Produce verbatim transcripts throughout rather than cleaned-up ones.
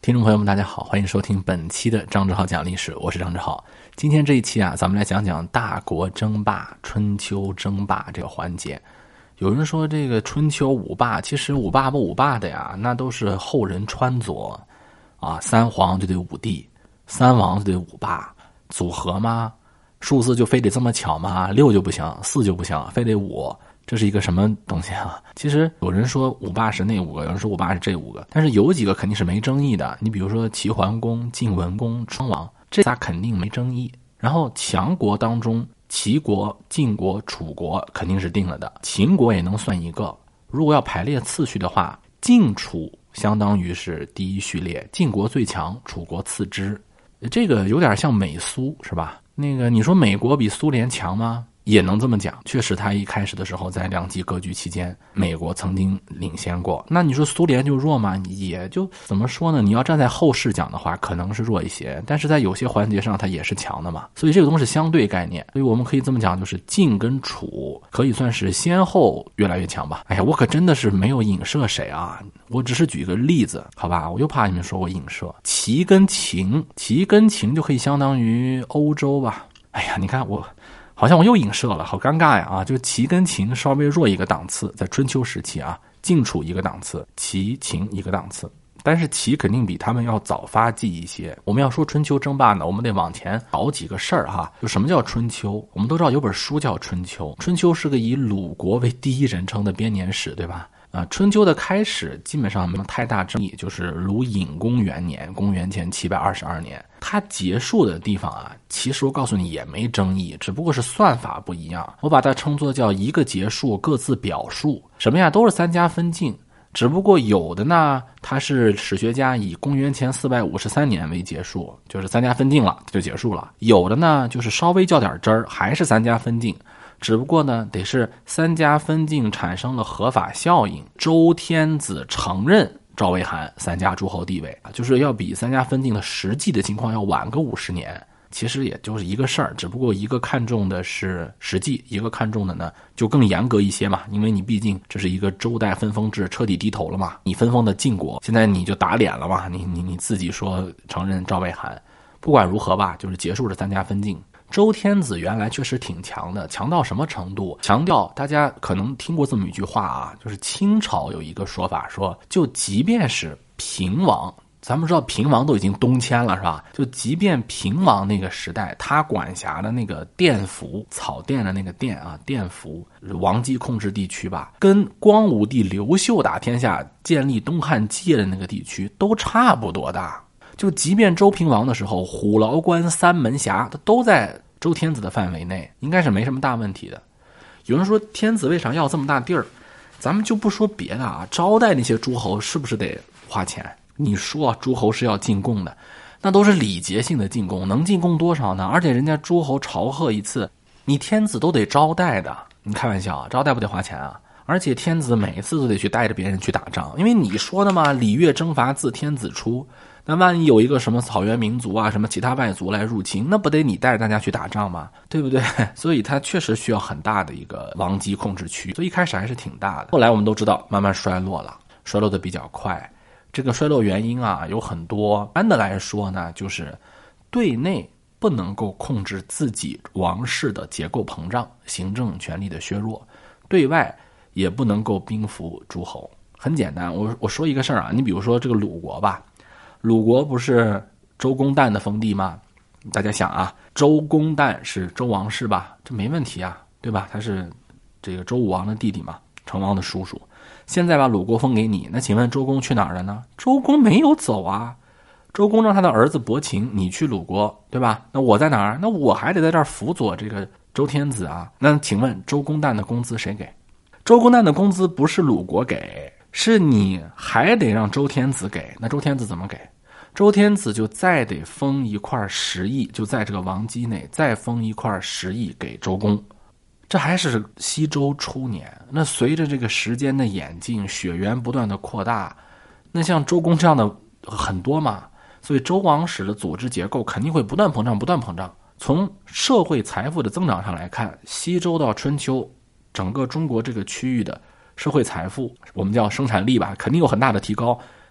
听众朋友们大家好，欢迎收听本期的张志浩讲历史，我是张志浩。今天这一期啊，咱们来讲讲大国争霸、春秋争霸这个环节。有人说这个春秋五霸，其实五霸不五霸的呀，那都是后人穿凿啊，三皇就得五帝，三王就得五霸，组合吗？数字就非得这么巧吗？六就不行，四就不行，非得五。这是一个什么东西啊？其实有人说五霸是那五个，有人说五霸是这五个，但是有几个肯定是没争议的。你比如说齐桓公、晋文公、称王，这仨肯定没争议。然后强国当中，齐国、晋国、楚国肯定是定了的，秦国也能算一个。如果要排列次序的话，晋楚相当于是第一序列，晋国最强，楚国次之。这个有点像美苏是吧？那个你说美国比苏联强吗？也能这么讲，确实他一开始的时候在两极割据期间，美国曾经领先过。那你说苏联就弱吗？也就怎么说呢？你要站在后世讲的话，可能是弱一些，但是在有些环节上它也是强的嘛。所以这个东西是相对概念，所以我们可以这么讲，就是晋跟楚可以算是先后越来越强吧。哎呀，我可真的是没有影射谁啊，我只是举个例子，好吧？我又怕你们说我影射。齐跟秦，齐跟秦就可以相当于欧洲吧。哎呀，你看我。好像我又影射了，好尴尬呀！啊，就齐跟秦稍微弱一个档次，在春秋时期啊，晋楚一个档次，齐秦一个档次，但是齐肯定比他们要早发迹一些。我们要说春秋争霸呢，我们得往前倒几个事儿哈。就什么叫春秋？我们都知道有本书叫《春秋》，春秋是个以鲁国为第一人称的编年史，对吧？啊，春秋的开始基本上没有太大争议，就是鲁隐公元年，公元前七百二十二年。它结束的地方啊，其实我告诉你也没争议，只不过是算法不一样。我把它称作叫一个结束，各自表述。什么呀？都是三家分晋，只不过有的呢，它是史学家以公元前四百五十三年为结束，就是三家分晋了就结束了。有的呢，就是稍微较点真儿，还是三家分晋。只不过呢，得是三家分晋产生了合法效应，周天子承认赵魏韩三家诸侯地位，就是要比三家分晋的实际的情况要晚个五十年。其实也就是一个事儿，只不过一个看重的是实际，一个看重的呢就更严格一些嘛，因为你毕竟这是一个周代分封制，彻底低头了嘛。你分封的晋国，现在你就打脸了嘛，你你你自己说承认赵魏韩，不管如何吧，就是结束了三家分晋。周天子原来确实挺强的，强到什么程度？强调大家可能听过这么一句话啊，就是清朝有一个说法说，就即便是平王，咱们知道平王都已经东迁了是吧？就即便平王那个时代，他管辖的那个甸服，草甸的那个甸啊，甸服王姬控制地区吧，跟光武帝刘秀打天下建立东汉基业的那个地区都差不多大。就即便周平王的时候，虎牢关、三门峡，它都在周天子的范围内，应该是没什么大问题的。有人说天子为啥要这么大地儿？咱们就不说别的啊，招待那些诸侯是不是得花钱？你说诸侯是要进贡的，那都是礼节性的进贡，能进贡多少呢？而且人家诸侯朝贺一次，你天子都得招待的，你开玩笑啊？招待不得花钱啊？而且天子每次都得去带着别人去打仗，因为你说的嘛，礼乐征伐自天子出。那万一有一个什么草原民族啊，什么其他外族来入侵，那不得你带着大家去打仗吗？对不对？所以它确实需要很大的一个王姬控制区，所以一开始还是挺大的。后来我们都知道慢慢衰落了，衰落的比较快。这个衰落原因啊有很多，一般的来说呢，就是对内不能够控制自己王室的结构膨胀，行政权力的削弱，对外也不能够兵服诸侯。很简单，我我说一个事儿啊，你比如说这个鲁国吧，鲁国不是周公旦的封地吗？大家想啊，周公旦是周王室吧，这没问题啊，对吧？他是这个周武王的弟弟嘛，成王的叔叔。现在把鲁国封给你，那请问周公去哪儿了呢？周公没有走啊，周公让他的儿子伯禽，你去鲁国，对吧？那我在哪儿？那我还得在这儿辅佐这个周天子啊。那请问周公旦的工资谁给？周公旦的工资不是鲁国给，是你还得让周天子给。那周天子怎么给？周天子就再得封一块十亿，就在这个王姬内再封一块十亿给周公。这还是西周初年，那随着这个时间的演进，血缘不断的扩大，那像周公这样的很多嘛，所以周王室的组织结构肯定会不断膨胀不断膨胀。从社会财富的增长上来看，西周到春秋整个中国这个区域的社会财富，我们叫生产力吧，肯定有很大的提高，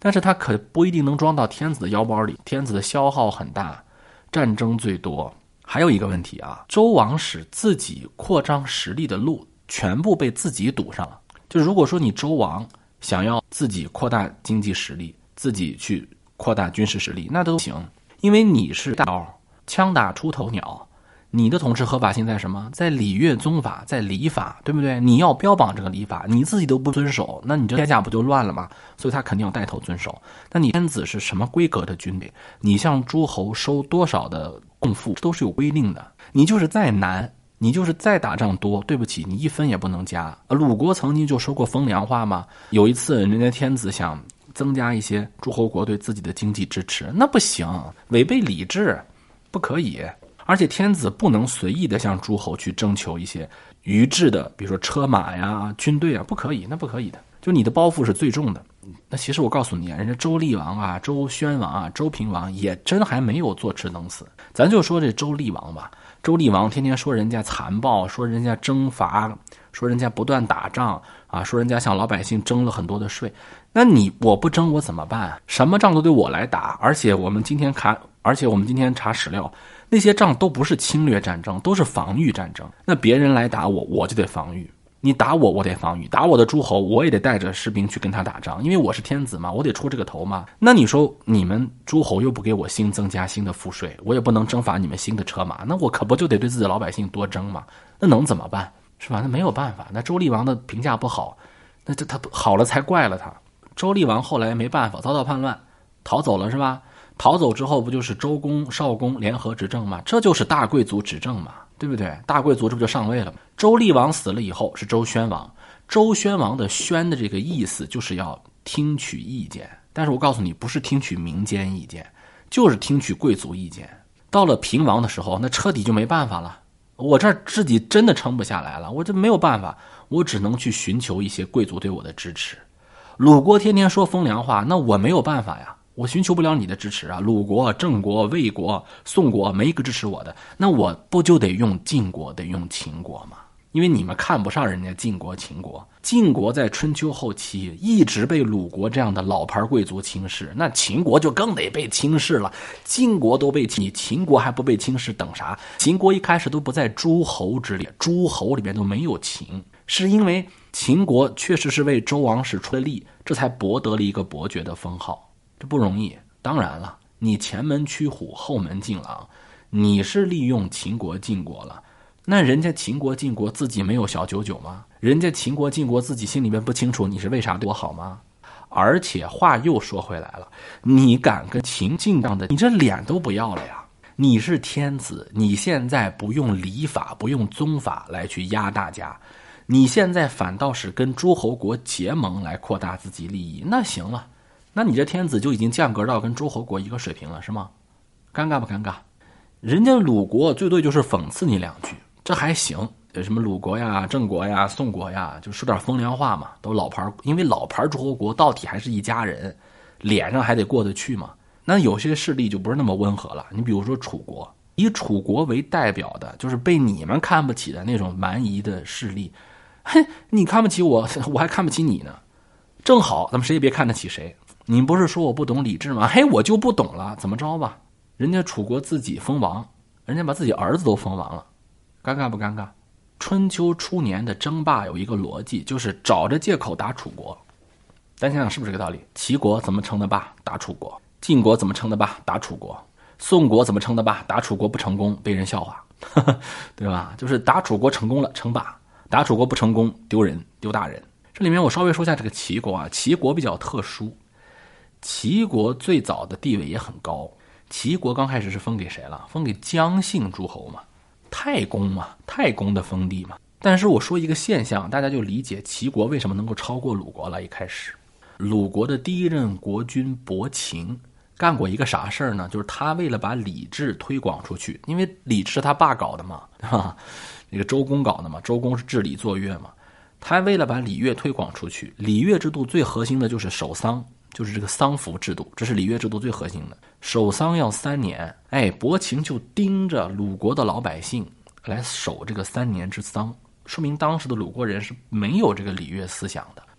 但是它可不一定能装到天子的腰包里，天子的消耗很大，战争最多。还有一个问题啊，周王室自己扩张实力的路全部被自己堵上了。就如果说你周王想要自己扩大经济实力，自己去扩大军事实力，那都行，因为你是大刀，枪打出头鸟，你的统治合法性在什么？在礼乐宗法，在礼法，对不对？你要标榜这个礼法，你自己都不遵守，那你这天下不就乱了吗？所以他肯定要带头遵守。那你天子是什么规格的军队？你向诸侯收多少的贡赋都是有规定的。你就是再难，你就是再打仗多，对不起，你一分也不能加。鲁国曾经就说过风凉话嘛，有一次人家天子想增加一些诸侯国对自己的经济支持，那不行，违背礼制，不可以。而且天子不能随意的向诸侯去征求一些余制的，比如说车马呀、军队啊，不可以，那不可以的。就你的包袱是最重的。那其实我告诉你啊，人家周厉王啊、周宣王啊、周平王也真还没有坐吃等死。咱就说这周厉王吧，周厉王天天说人家残暴，说人家征伐，说人家不断打仗啊，说人家向老百姓征了很多的税。那你我不征我怎么办？什么仗都得我来打，而且我们今天看，而且我们今天查史料，那些仗都不是侵略战争，都是防御战争。那别人来打我，我就得防御。你打我，我得防御；打我的诸侯，我也得带着士兵去跟他打仗，因为我是天子嘛，我得出这个头嘛。那你说你们诸侯又不给我新增加新的赋税，我也不能征伐你们新的车马，那我可不就得对自己的老百姓多征嘛？那能怎么办？是吧？那没有办法。那周厉王的评价不好，那这他好了才怪了他。周厉王后来没办法，遭到叛乱，逃走了是吧？逃走之后不就是周公、少公联合执政吗？这就是大贵族执政嘛，对不对？大贵族这不就上位了吗？周厉王死了以后是周宣王，周宣王的宣的这个意思就是要听取意见，但是我告诉你，不是听取民间意见，就是听取贵族意见。到了平王的时候，那彻底就没办法了，我这自己真的撑不下来了，我这没有办法，我只能去寻求一些贵族对我的支持。鲁国天天说风凉话，那我没有办法呀，我寻求不了你的支持啊。鲁国、郑国、魏国、宋国没一个支持我的，那我不就得用晋国，得用秦国吗？因为你们看不上人家晋国、秦国。晋国在春秋后期一直被鲁国这样的老牌贵族轻视，那秦国就更得被轻视了。晋国都被你秦国还不被轻视，等啥？秦国一开始都不在诸侯之列，诸侯里面都没有秦，是因为秦国确实是为周王室出了力，这才博得了一个伯爵的封号，这不容易。当然了，你前门驱虎，后门进狼，你是利用秦国、晋国了，那人家秦国、晋国自己没有小九九吗？人家秦国、晋国自己心里面不清楚你是为啥对我好吗？而且话又说回来了，你敢跟秦晋这样的，你这脸都不要了呀！你是天子，你现在不用礼法、不用宗法来去压大家，你现在反倒是跟诸侯国结盟来扩大自己利益，那行了，那你这天子就已经降格到跟诸侯国一个水平了，是吗？尴尬不尴尬？人家鲁国最多就是讽刺你两句，这还行。什么鲁国呀、郑国呀、宋国呀，就说点风凉话嘛，都老牌，因为老牌诸侯国到底还是一家人，脸上还得过得去嘛。那有些势力就不是那么温和了，你比如说楚国，以楚国为代表的，就是被你们看不起的那种蛮夷的势力。嘿，你看不起我，我还看不起你呢，正好咱们谁也别看得起谁。你不是说我不懂礼制吗？嘿，我就不懂了，怎么着吧？人家楚国自己封王，人家把自己儿子都封王了，尴尬不尴尬？春秋初年的争霸有一个逻辑，就是找着借口打楚国。咱想想是不是这个道理？齐国怎么称的霸？打楚国。晋国怎么称的霸？打楚国。宋国怎么称的霸？打楚国不成功，被人笑话，对吧？就是打楚国成功了，称霸；打楚国不成功，丢人，丢大人。这里面我稍微说一下这个齐国啊，齐国比较特殊。齐国最早的地位也很高，齐国刚开始是封给谁了？封给姜姓诸侯嘛，太公嘛，太公的封地嘛。但是我说一个现象，大家就理解齐国为什么能够超过鲁国了。一开始，鲁国的第一任国君伯禽干过一个啥事儿呢？就是他为了把礼制推广出去，因为礼制是他爸搞的嘛，对吧？那个周公搞的嘛，周公是治礼作乐嘛。他为了把礼乐推广出去，礼乐制度最核心的就是守丧，就是这个丧服制度，这是礼乐制度最核心的。守丧要三年，哎，伯禽就盯着鲁国的老百姓来守这个三年之丧，说明当时的鲁国人是没有这个礼乐思想的。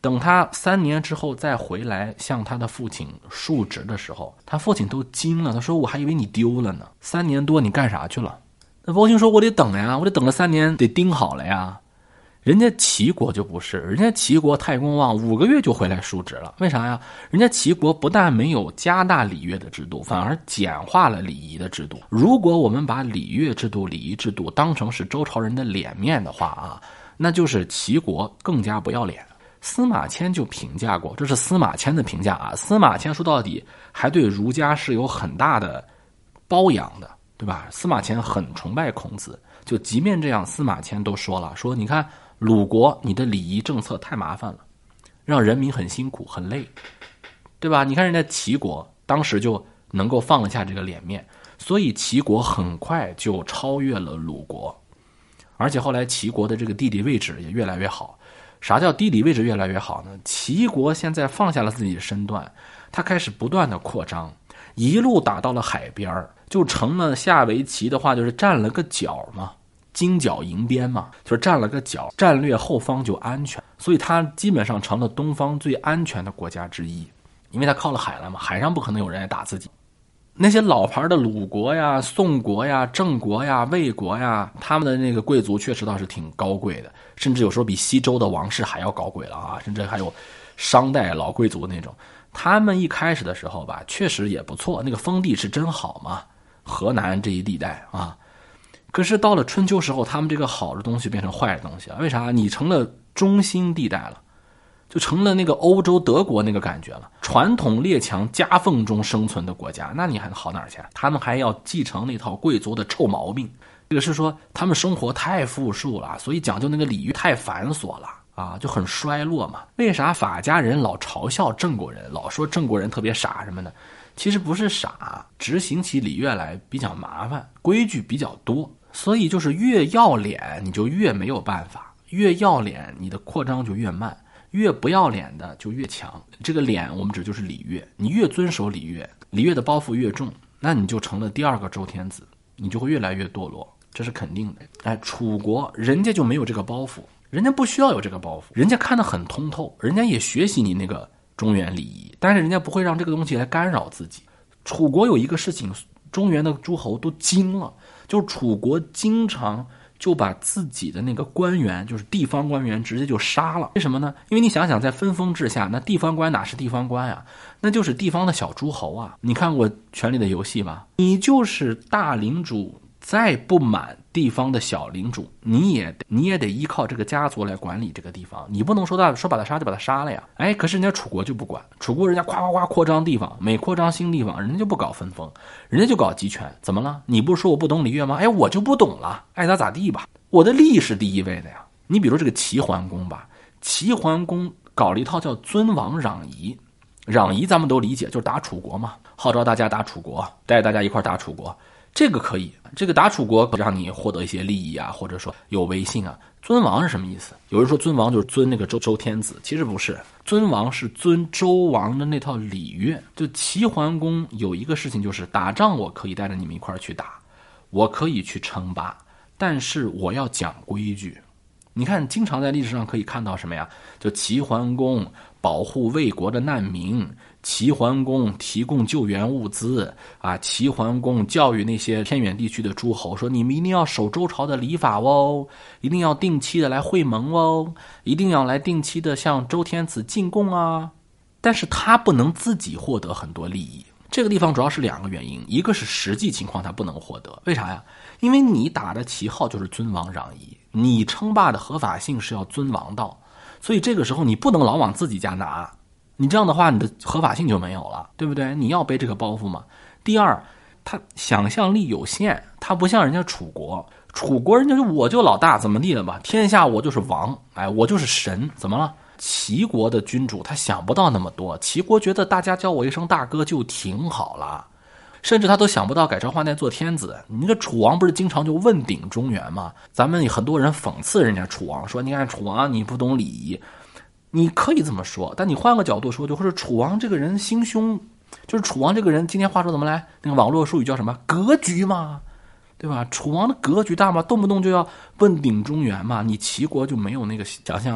等他三年之后再回来向他的父亲述职的时候，他父亲都惊了，他说我还以为你丢了呢，三年多你干啥去了？那包青说我得等呀，我得等了三年得盯好了呀。人家齐国就不是，人家齐国太公望五个月就回来述职了，为啥呀？人家齐国不但没有加大礼乐的制度，反而简化了礼仪的制度。如果我们把礼乐制度、礼仪制度当成是周朝人的脸面的话啊，那就是齐国更加不要脸。司马迁就评价过，这是司马迁的评价啊。司马迁说到底还对儒家是有很大的包养的，对吧？司马迁很崇拜孔子，就即便这样，司马迁都说了，说你看鲁国你的礼仪政策太麻烦了，让人民很辛苦很累，对吧？你看人家齐国当时就能够放下这个脸面，所以齐国很快就超越了鲁国，而且后来齐国的这个地理位置也越来越好。啥叫地理位置越来越好呢？齐国现在放下了自己的身段，他开始不断的扩张，一路打到了海边，就成了下围棋的话就是占了个角嘛，金角银边嘛，就是占了个角，战略后方就安全，所以它基本上成了东方最安全的国家之一，因为它靠了海了嘛，海上不可能有人来打自己。那些老牌的鲁国呀、宋国呀、郑国呀、魏国呀，他们的那个贵族确实倒是挺高贵的，甚至有时候比西周的王室还要高贵了啊，甚至还有商代老贵族那种。他们一开始的时候吧，确实也不错，那个封地是真好嘛，河南这一地带啊。可是到了春秋时候，他们这个好的东西变成坏的东西了，为啥？你成了中心地带了，就成了那个欧洲德国那个感觉了，传统列强夹缝中生存的国家，那你还好哪儿去？他们还要继承那套贵族的臭毛病，这个是说他们生活太富庶了，所以讲究那个礼乐太繁琐了啊，就很衰落嘛。为啥法家人老嘲笑郑国人，老说郑国人特别傻什么的？其实不是傻，执行起礼乐来比较麻烦，规矩比较多，所以就是越要脸你就越没有办法，越要脸你的扩张就越慢，越不要脸的就越强。这个脸我们指就是礼乐，你越遵守礼乐，礼乐的包袱越重，那你就成了第二个周天子，你就会越来越堕落，这是肯定的。哎，楚国人家就没有这个包袱，人家不需要有这个包袱，人家看得很通透，人家也学习你那个中原礼仪，但是人家不会让这个东西来干扰自己。楚国有一个事情，中原的诸侯都惊了，就是楚国经常就把自己的那个官员，就是地方官员直接就杀了。为什么呢？因为你想想，在分封制下，那地方官哪是地方官啊？那就是地方的小诸侯啊。你看过《权力的游戏》吗？你就是大领主，再不满地方的小领主，你也你也得依靠这个家族来管理这个地方，你不能说他说把他杀就把他杀了呀。哎，可是人家楚国就不管，楚国人家夸夸夸扩张地方，每扩张新地方，人家就不搞分封，人家就搞集权。怎么了？你不是说我不懂礼乐吗？哎，我就不懂了，爱咋咋地吧。我的利益是第一位的呀。你比如这个齐桓公吧，齐桓公搞了一套叫尊王攘夷，攘夷咱们都理解，就是打楚国嘛，号召大家打楚国，带大家一块打楚国。这个可以，这个打楚国让你获得一些利益啊，或者说有威信啊。尊王是什么意思？有人说尊王就是尊那个周周天子，其实不是，尊王是尊周王的那套礼乐。就齐桓公有一个事情，就是打仗我可以带着你们一块去打，我可以去称霸，但是我要讲规矩。你看经常在历史上可以看到什么呀？就齐桓公保护魏国的难民，齐桓公提供救援物资啊，齐桓公教育那些偏远地区的诸侯说，你们一定要守周朝的礼法哦，一定要定期的来会盟哦，一定要来定期的向周天子进贡啊。但是他不能自己获得很多利益，这个地方主要是两个原因，一个是实际情况他不能获得，为啥呀？因为你打的旗号就是尊王攘夷，你称霸的合法性是要尊王道，所以这个时候你不能老往自己家拿，你这样的话你的合法性就没有了，对不对？你要背这个包袱嘛。第二，他想象力有限，他不像人家楚国，楚国人家就我就老大怎么地了吧，天下我就是王，哎，我就是神，怎么了？齐国的君主他想不到那么多，齐国觉得大家叫我一声大哥就挺好了，甚至他都想不到改朝换代做天子。你那个楚王不是经常就问鼎中原吗？咱们很多人讽刺人家楚王，说你看楚王你不懂礼仪，你可以这么说，但你换个角度说，就或者楚王这个人心胸，就是楚王这个人今天话说怎么来，那个网络术语叫什么格局嘛，对吧？楚王的格局大嘛，动不动就要问鼎中原嘛，你齐国就没有那个想象力，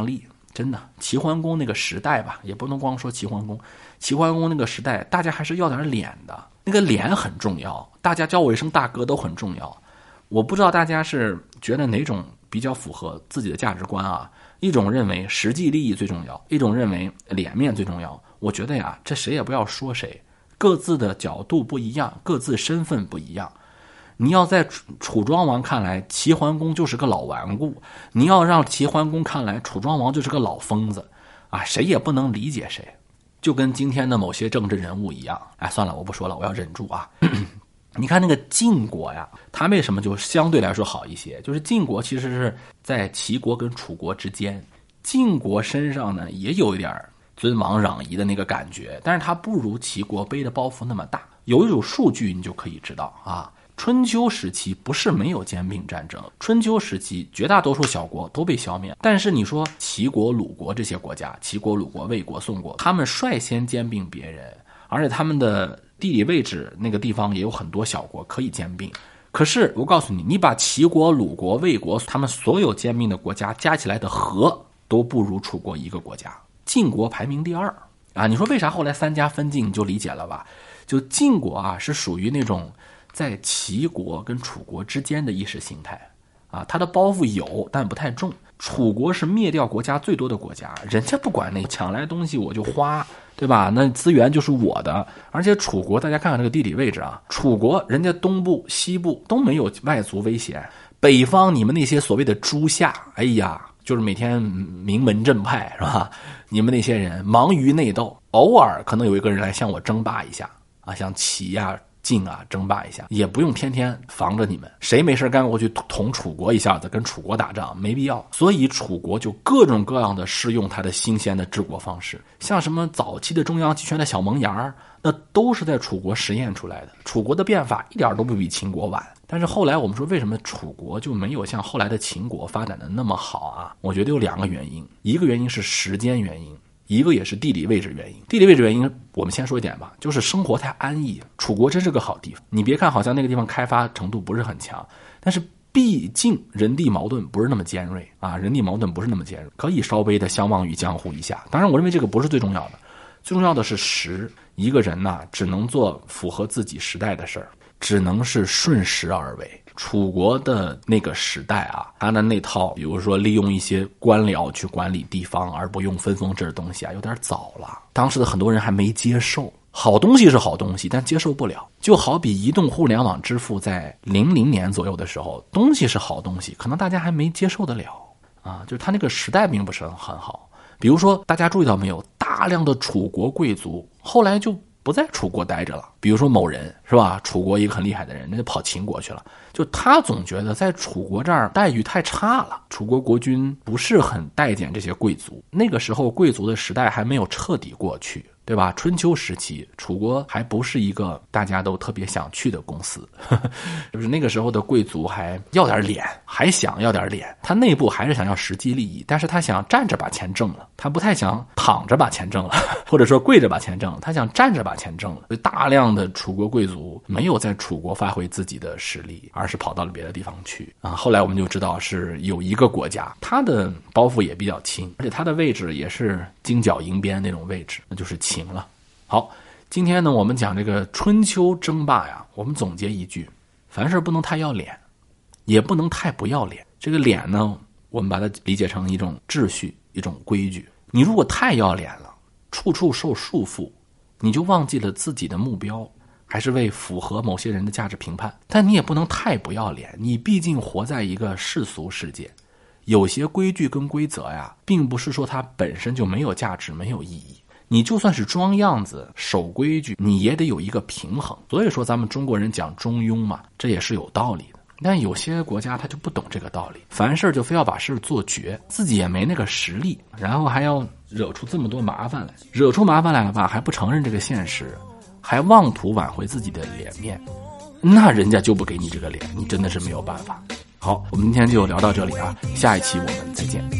真的，齐桓公那个时代吧，也不能光说齐桓公，齐桓公那个时代，大家还是要点脸的，那个脸很重要，大家叫我一声大哥都很重要。我不知道大家是觉得哪种比较符合自己的价值观啊？一种认为实际利益最重要，一种认为脸面最重要。我觉得呀，这谁也不要说谁，各自的角度不一样，各自身份不一样。你要在楚庄王看来，齐桓公就是个老顽固；你要让齐桓公看来，楚庄王就是个老疯子啊，谁也不能理解谁。就跟今天的某些政治人物一样，哎，算了，我不说了，我要忍住啊。你看那个晋国呀，它为什么就相对来说好一些？就是晋国其实是在齐国跟楚国之间，晋国身上呢也有一点尊王攘夷的那个感觉，但是它不如齐国背的包袱那么大。有一种数据你就可以知道啊，春秋时期不是没有兼并战争，春秋时期绝大多数小国都被消灭，但是你说齐国、鲁国这些国家，齐国、鲁国、魏国、宋国，他们率先兼并别人，而且他们的地理位置那个地方也有很多小国可以兼并。可是我告诉你，你把齐国、鲁国、魏国他们所有兼并的国家加起来的和都不如楚国一个国家。晋国排名第二啊！你说为啥后来三家分晋，你就理解了吧？就晋国啊，是属于那种在齐国跟楚国之间的意识形态啊，它的包袱有，但不太重。楚国是灭掉国家最多的国家，人家不管那，抢来东西我就花，对吧？那资源就是我的。而且楚国，大家看看这个地理位置啊，楚国人家东部、西部都没有外族危险，北方你们那些所谓的诸夏，哎呀，就是每天名门正派是吧？你们那些人忙于内斗，偶尔可能有一个人来向我争霸一下啊，像齐呀、晋啊争霸一下，也不用天天防着你们，谁没事干过去捅楚国一下子，跟楚国打仗没必要。所以楚国就各种各样的试用他的新鲜的治国方式，像什么早期的中央集权的小萌芽，那都是在楚国实验出来的。楚国的变法一点都不比秦国晚。但是后来我们说，为什么楚国就没有像后来的秦国发展的那么好啊？我觉得有两个原因，一个原因是时间原因，一个也是地理位置原因。地理位置原因我们先说一点吧，就是生活太安逸。楚国真是个好地方，你别看好像那个地方开发程度不是很强，但是毕竟人地矛盾不是那么尖锐啊，人地矛盾不是那么尖锐，可以稍微的相忘于江湖一下。当然我认为这个不是最重要的，最重要的是时。一个人呐、啊，只能做符合自己时代的事儿，只能是顺时而为。楚国的那个时代啊，他的那套比如说利用一些官僚去管理地方而不用分封制的东西啊，有点早了。当时的很多人还没接受，好东西是好东西，但接受不了。就好比移动互联网支付在零零年左右的时候，东西是好东西，可能大家还没接受得了啊，就是他那个时代并不是很好。比如说大家注意到没有，大量的楚国贵族后来就不在楚国待着了。比如说某人是吧，楚国一个很厉害的人，那就跑秦国去了。就他总觉得在楚国这儿待遇太差了，楚国国君不是很待见这些贵族。那个时候贵族的时代还没有彻底过去，对吧？春秋时期楚国还不是一个大家都特别想去的公司，就是那个时候的贵族还要点脸，还想要点脸，他内部还是想要实际利益，但是他想站着把钱挣了，他不太想躺着把钱挣了，或者说跪着把钱挣了，他想站着把钱挣了。所以大量的楚国贵族没有在楚国发挥自己的实力，而是跑到了别的地方去啊。后来我们就知道是有一个国家，它的包袱也比较轻，而且它的位置也是金角银边那种位置，那就是秦了。好，今天呢我们讲这个春秋争霸呀，我们总结一句，凡事不能太要脸，也不能太不要脸。这个脸呢，我们把它理解成一种秩序，一种规矩。你如果太要脸了，处处受束缚，你就忘记了自己的目标，还是为符合某些人的价值评判。但你也不能太不要脸，你毕竟活在一个世俗世界，有些规矩跟规则呀，并不是说它本身就没有价值，没有意义。你就算是装样子守规矩，你也得有一个平衡。所以说咱们中国人讲中庸嘛，这也是有道理的。但有些国家他就不懂这个道理，凡事就非要把事做绝，自己也没那个实力，然后还要惹出这么多麻烦来，惹出麻烦来了吧，还不承认这个现实，还妄图挽回自己的脸面，那人家就不给你这个脸，你真的是没有办法。好，我们今天就聊到这里啊，下一期我们再见。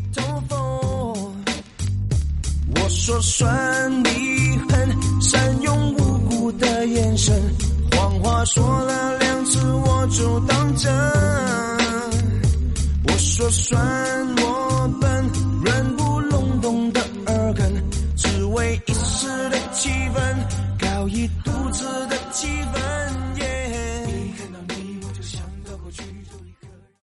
我说算你狠，善用无辜的眼神，谎话说了两次我就当真。我说算我